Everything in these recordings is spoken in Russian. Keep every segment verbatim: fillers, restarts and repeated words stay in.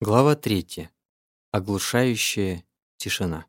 Глава третья. Оглушающая тишина.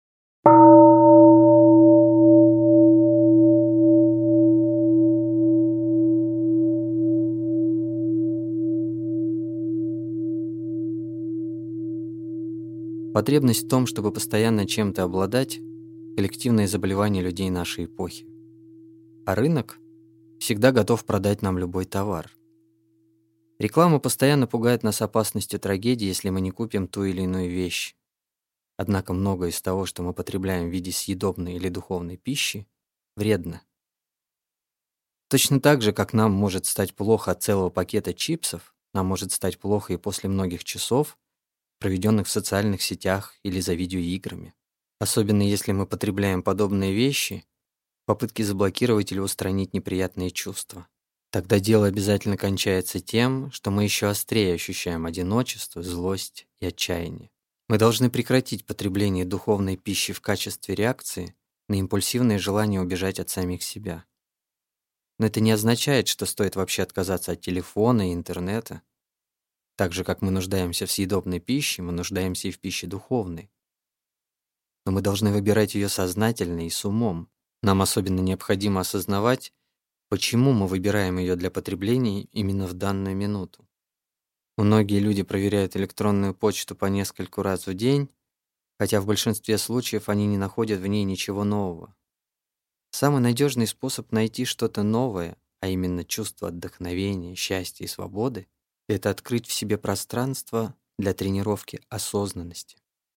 Потребность в том, чтобы постоянно чем-то обладать, коллективное заболевание людей нашей эпохи. А рынок всегда готов продать нам любой товар. Реклама постоянно пугает нас опасностью трагедии, если мы не купим ту или иную вещь. Однако многое из того, что мы потребляем в виде съедобной или духовной пищи, вредно. Точно так же, как нам может стать плохо от целого пакета чипсов, нам может стать плохо и после многих часов, проведенных в социальных сетях или за видеоиграми. Особенно если мы потребляем подобные вещи, попытки заблокировать или устранить неприятные чувства. Тогда дело обязательно кончается тем, что мы еще острее ощущаем одиночество, злость и отчаяние. Мы должны прекратить потребление духовной пищи в качестве реакции на импульсивное желание убежать от самих себя. Но это не означает, что стоит вообще отказаться от телефона и интернета. Так же, как мы нуждаемся в съедобной пище, мы нуждаемся и в пище духовной. Но мы должны выбирать ее сознательно и с умом. Нам особенно необходимо осознавать, почему мы выбираем ее для потребления именно в данную минуту. Многие люди проверяют электронную почту по нескольку раз в день, хотя в большинстве случаев они не находят в ней ничего нового. Самый надежный способ найти что-то новое, а именно чувство вдохновения, счастья и свободы, это открыть в себе пространство для тренировки осознанности.